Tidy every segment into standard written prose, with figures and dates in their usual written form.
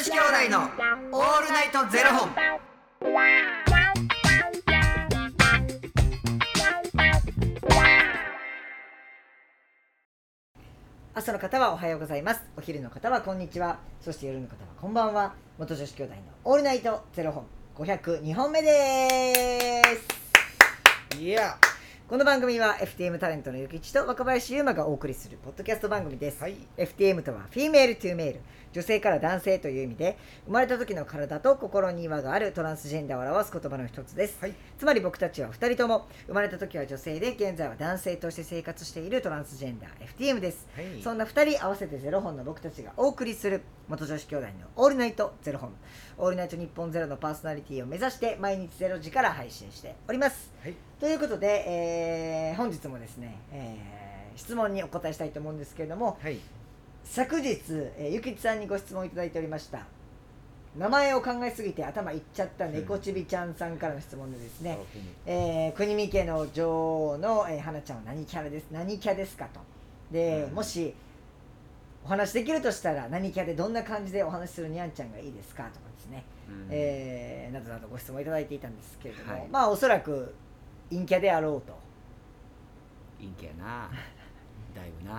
子兄弟のオールナイトゼロ本。 朝の方はおはようございます。お昼の方はこんにちは。そして夜の方はこんばんは。元女子兄弟のオールナイトゼロ本502本目です。 いや、 この番組は FTM タレントのゆきちと若林優馬がお送りするポッドキャスト番組です、 はい、 FTM とはフィメールトゥーメール、女性から男性という意味で、生まれた時の体と心に違和があるトランスジェンダーを表す言葉の一つです、 はい、 つまり僕たちは2人とも生まれた時は女性で現在は男性として生活しているトランスジェンダー FTM です、 はい、 そんな2人合わせてゼロ本の僕たちがお送りする元女子兄弟のオールナイトゼロ本、オールナイト日本ゼロのパーソナリティを目指して毎日0時から配信しております、 はい、 ということで、本日もですね、質問にお答えしたいと思うんですけれども、 はい、 昨日、ゆきちさんにご質問いただいておりました。名前を考えすぎて頭いっちゃった猫ちびちゃんさんからの質問でですね、国見家の女王の、花ちゃんは何キャですかと。で、もしお話できるとしたら何キャでどんな感じでお話しするにゃんちゃんがいいですかとかですね、などなどご質問いただいていたんですけれども、 はい、 まあおそらく陰キャであろうと。 陰キャなだいぶな、 はい、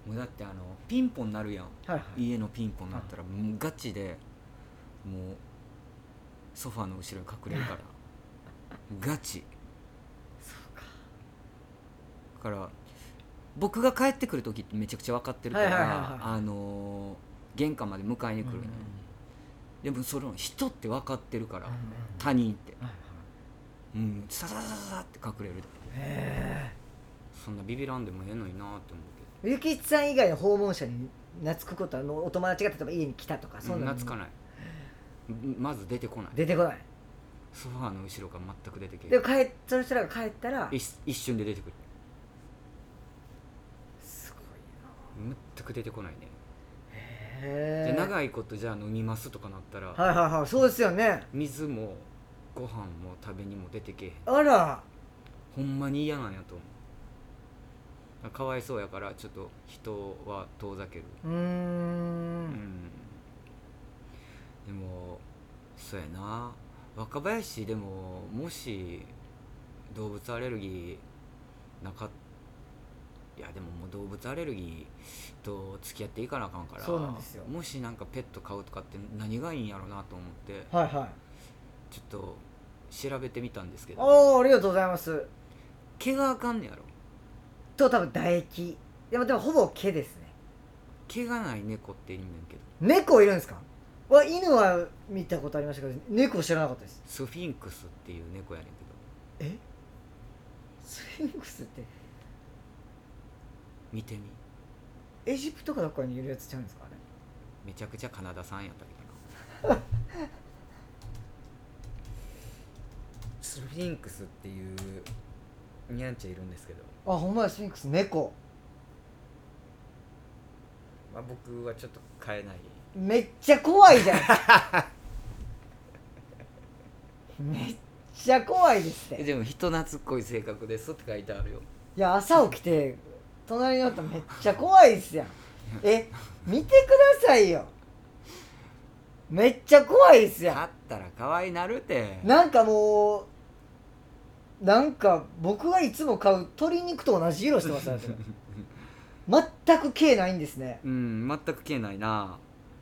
もうだってピンポンなるやん、 はいはい、 家のピンポンなったらもうガチでもうソファーの後ろに隠れるからガチそうか。 だから僕が帰ってくる時ってめちゃくちゃ分かってるから、 はいはいはいはい、玄関まで迎えに来るね、でもそれ人って分かってるから、他人って、ささささって隠れるで。そんなビビらんでもええのになって思うけど、 ゆきちさん以外の訪問者に懐くことはお友達が例えば家に来たとか、そんな懐かない。まず出てこない。 出てこない。 ソファーの後ろから全く出てけでその人らが帰ったら一瞬で出てくる。 すごいな。 全く出てこないね。 へで長いことじゃあ飲みますとかなったら、 はいはいはい、そうですよね。 水もご飯も食べにも出てけえへん。 あら、 ほんまに嫌なんやと思う。かわいそうやからちょっと人は遠ざける。でもそうやな、若林でももし動物アレルギーなかった、いやでももう動物アレルギーと付き合っていかなあかんから、 そうなんですよ。 もしなんかペット飼うとかって何がいいんやろうなと思って、 はいはい、 ちょっと調べてみたんですけど、 ありがとうございます。 毛があかんねやろと多分唾液でもほぼ毛ですね。 毛がない猫っているんねんけど。 猫いるんですか？犬は見たことありましたけど猫知らなかったです。 スフィンクスっていう猫やねんけど。 スフィンクスって見てみ。 エジプトかどっかにいるやつちゃうんですかね。 めちゃくちゃカナダ産やったけどなスフィンクスっていうニャンチャいるんですけど、 ほんまや、スフィンクス猫。 僕はちょっと飼えない。 めっちゃ怖いじゃないですかめっちゃ怖いですって。 でも人懐っこい性格ですって書いてあるよ。 いや、朝起きて隣の人めっちゃ怖いですやん見てくださいよ、めっちゃ怖いですや飼ったら可愛いなるて。 なんかもうなんか僕がいつも買う鶏肉と同じ色してますよ全く毛ないんですね。 全く毛ないな。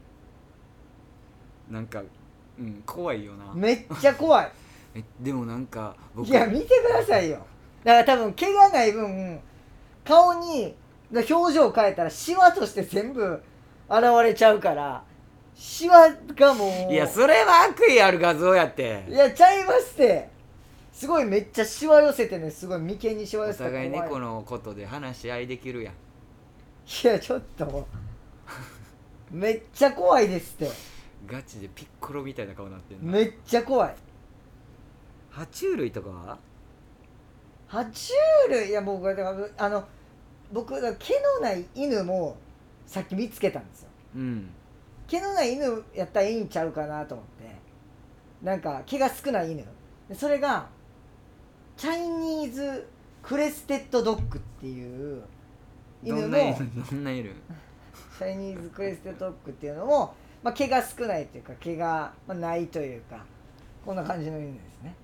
なんか、怖いよな。 めっちゃ怖いでもなんかいや見てくださいよ。だから多分毛がない分顔に表情変えたらシワとして全部現れちゃうから、シワがもう、 いやそれは悪意ある画像やって。 いやちゃいますって。すごいめっちゃシワ寄せてね、すごい眉間にシワ寄せてお互い猫のことで話し合いできるやん。 いやちょっとめっちゃ怖いですって。 ガチでピッコロみたいな顔になってんの。 めっちゃ怖い。 爬虫類とかは？ 爬虫類、いや僕僕毛のない犬もさっき見つけたんですよ。毛のない犬やったらいいんちゃうかなと思って、なんか毛が少ない犬で、それがチャイニーズクレステッドドッグっていう犬のどんな犬チャイニーズクレステッドドッグっていうのもまあ、毛が少ないというか毛がないというかこんな感じの犬ですね。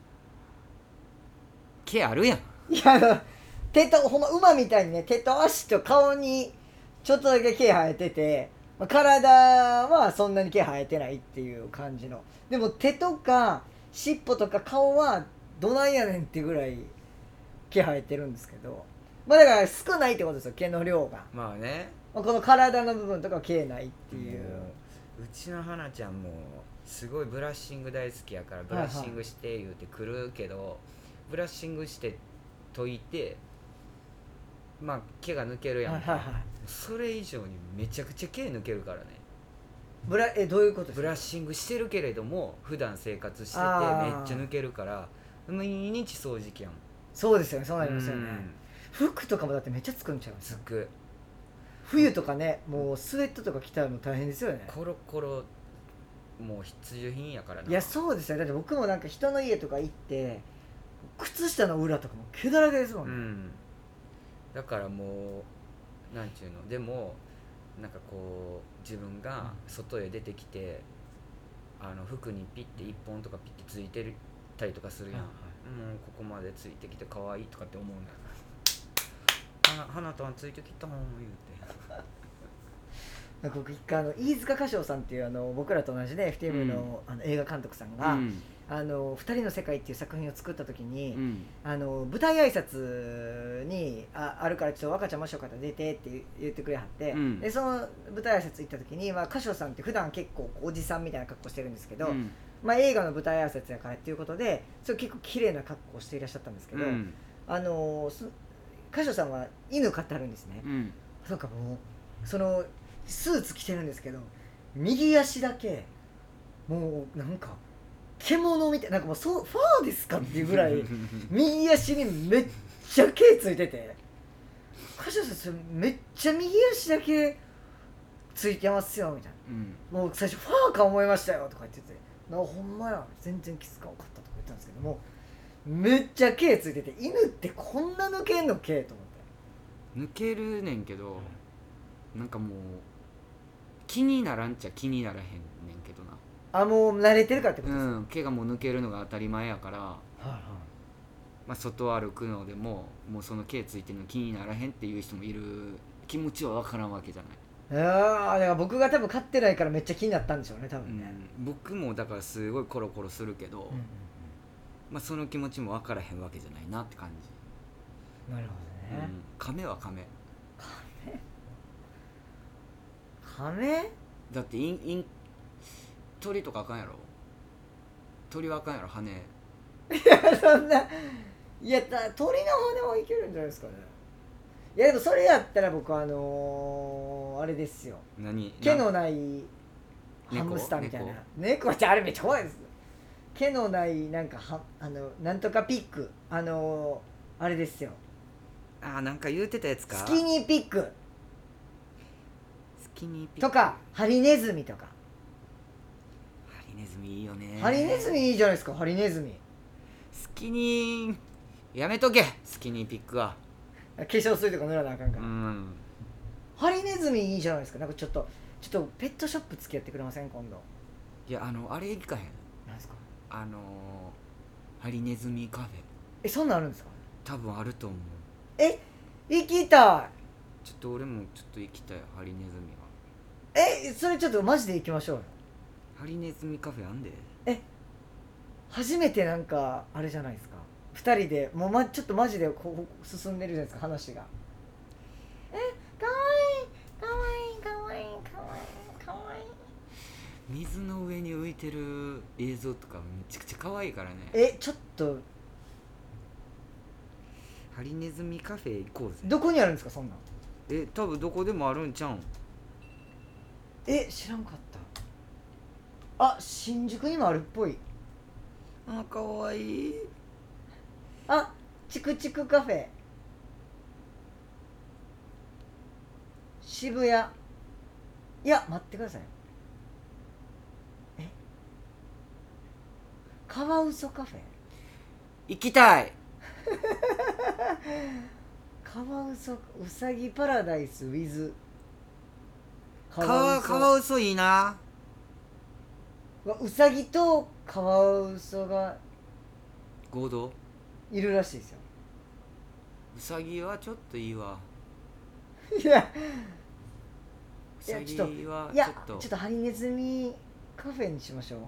毛あるやん。 いや手とほんま馬みたいにね手と足と顔にちょっとだけ毛生えてて、まあ、体はそんなに毛生えてないっていう感じの。でも手とか尻尾とか顔はどないやねんってぐらい毛生えてるんですけど、まあだから少ないってことですよ毛の量が。 まあね、 まあこの体の部分とかは毛ないっていう。 うちの花ちゃんもすごいブラッシング大好きやからブラッシングして言うてくるけど、ブラッシングして溶いてまあ毛が抜けるやんか、それ以上にめちゃくちゃ毛抜けるからね。 どういうことですか？ ブラッシングしてるけれども普段生活しててめっちゃ抜けるから毎日掃除機やん。 そうですよね、そうなりますよね。服とかもだってめっちゃつくんちゃう？ つく。 冬とかね、もうスウェットとか着たらもう大変ですよね。 コロコロもう必需品やからな。 いやそうですよ。だって僕もなんか人の家とか行って靴下の裏とかも毛だらけですもんね、 だからもうなんちゅうの、でもなんかこう自分が外へ出てきて、服にピッて1本とかピッてついてるたりとかするやん、もうここまでついてきて可愛いとかって思うんだよな。花とはついてきたもん言うて僕一回飯塚歌唱さんっていう僕らと同じで FTM の、映画監督さんが、二人の世界っていう作品を作った時に、舞台挨拶にあるからちょっと若ちゃんもしよかったら出てって言ってくれはって、でその舞台挨拶行った時に、歌唱さんって普段結構おじさんみたいな格好してるんですけど、映画の舞台挨拶やからっていうことでそれ結構綺麗な格好をしていらっしゃったんですけど、歌唱さんは犬飼ってあるんですね、そうかもうそのスーツ着てるんですけど右足だけもうなんか獣みたいなんかもうファーですかっていうぐらい右足にめっちゃ毛ついてて、歌手さんめっちゃ右足だけついてますよみたいな、もう最初ファーか思いましたよとか言ってて、ほんまや全然気づかなかったとか言ったんですけども、めっちゃ毛ついてて、犬ってこんな抜けんの毛と思って。 抜けるねんけどなんかもう気にならんちゃ気にならへんねんけどな。 もう慣れてるからってことですか？ 毛がもう抜けるのが当たり前やから、外歩くのでももうその毛ついてるの気にならへんっていう人もいる気持ちは分からんわけじゃない。 だから僕が多分飼ってないからめっちゃ気になったんでしょうね多分ね、 僕もだからすごいコロコロするけど、その気持ちも分からへんわけじゃないなって感じ。 なるほどね、 亀は亀。 亀だって鳥とかあかんやろ。鳥はあかんやろ羽。 いやそんないや鳥の羽はいけるんじゃないですかね。いやでもそれやったら僕あれですよ、毛のないハムスターみたいな猫ってあれめっちゃ怖いです。毛のないなんかなんとかピックあれですよ、 なんか言うてたやつか。 スキニーピックとかかハリネズミとか。 ハリネズミいいよね。 ハリネズミいいじゃないですか。ハリネズミスキニーやめとけ。スキニーピックは化粧水とか塗らなあかんから、ハリネズミいいじゃないですか。なんかちょっとペットショップ付き合ってくれません今度。 いやあれ行かへん。 なんですかハリネズミカフェ。 そんなんあるんですか？ 多分あると思う。 行きたい。 ちょっと俺もちょっと行きたい。ハリネズミは。 それちょっとマジで行きましょうよ。 ハリネズミカフェあんで。 初めてなんかあれじゃないですか。2人でもう、ちょっとマジでこう進んでるじゃないですか話が。かわいいかわいいかわいいかわいいかわいい。 水の上に浮いてる映像とかめちゃくちゃ可愛いからね。 ちょっとハリネズミカフェ行こうぜ。 どこにあるんですかそんなん。 多分どこでもあるんちゃうん。 知らんかった。新宿にもあるっぽい。 かわいい。 チクチクカフェ渋谷。いや待ってください。カワウソカフェ行きたい。 カワウソウサギパラダイス with カワウソいいな。 ウサギとカワウソが合同いるらしいですよ。 ウサギはちょっといいわ。 いやウサギはちょいやっとちょっとハリネズミカフェにしましょう。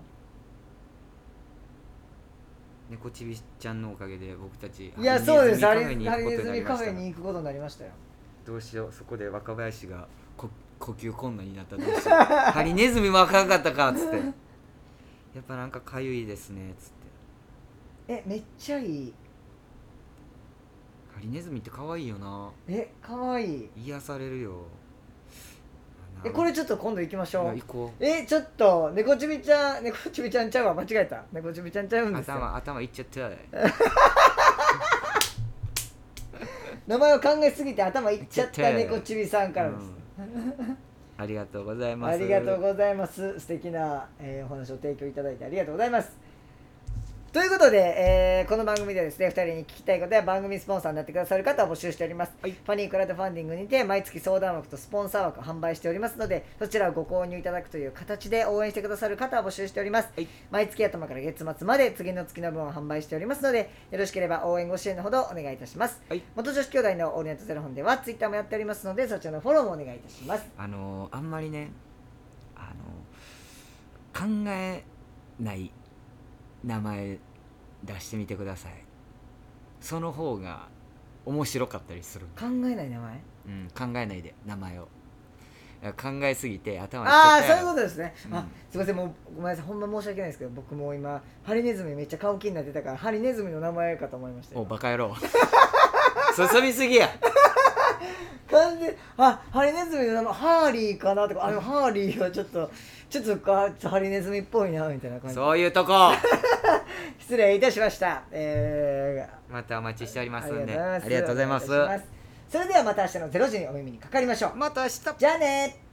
猫ちびちゃんのおかげで僕たちいやそうです、ハリハリネズミカフェに行くことになりました。 ネズミカフェに行くことになりましたよ。 どうしよう、そこで若林が呼吸困難になったらどうしようハリネズミもあかんかったかっつってやっぱなんかかゆいですねっつってめっちゃいい。 ハリネズミって可愛いよな。 かわいい。 癒されるよ。 これちょっと今度行きましょう。 行こちょっと猫ちびちゃんちゃうわ、間違えた。猫ちびちゃんちゃうんう。 ですよ。 頭いっちゃった名前を考えすぎて頭いっちゃった猫ちびさんからです、 ありがとうございます。 ありがとうございます。素敵な、お話を提供いただいてありがとうございます。ということで、この番組ではですね、2人に聞きたいことや番組スポンサーになってくださる方を募集しております。 はい、 ファニークラウドファンディングにて毎月相談枠とスポンサー枠を販売しておりますので、そちらをご購入いただくという形で応援してくださる方を募集しております。 はい、 毎月頭から月末まで次の月の分を販売しておりますので、よろしければ応援ご支援のほどお願いいたします。 はい、 元女子兄弟のオールナイトゼロ本ではツイッターもやっておりますので、そちらのフォローもお願いいたします。 あんまりね考えない名前出してみてください。その方が面白かったりする。 考えない名前、 考えないで名前を考えすぎて頭にそういうことですね、すいません、もうごめんなさい、ほんま申し訳ないですけど、僕も今ハリネズミめっちゃ買う気になってたからハリネズミの名前かと思いました。 バカ野郎進みすぎや完全ハリネズミの名前ハーリーかなとか、ハーリーはちょっとハリネズミっぽいなみたいな感じ。 そういうとこ失礼いたしました。 またお待ちしておりますんでありがとうございます。それではまた明日の0時にお耳にかかりましょう。 また明日。 じゃあね。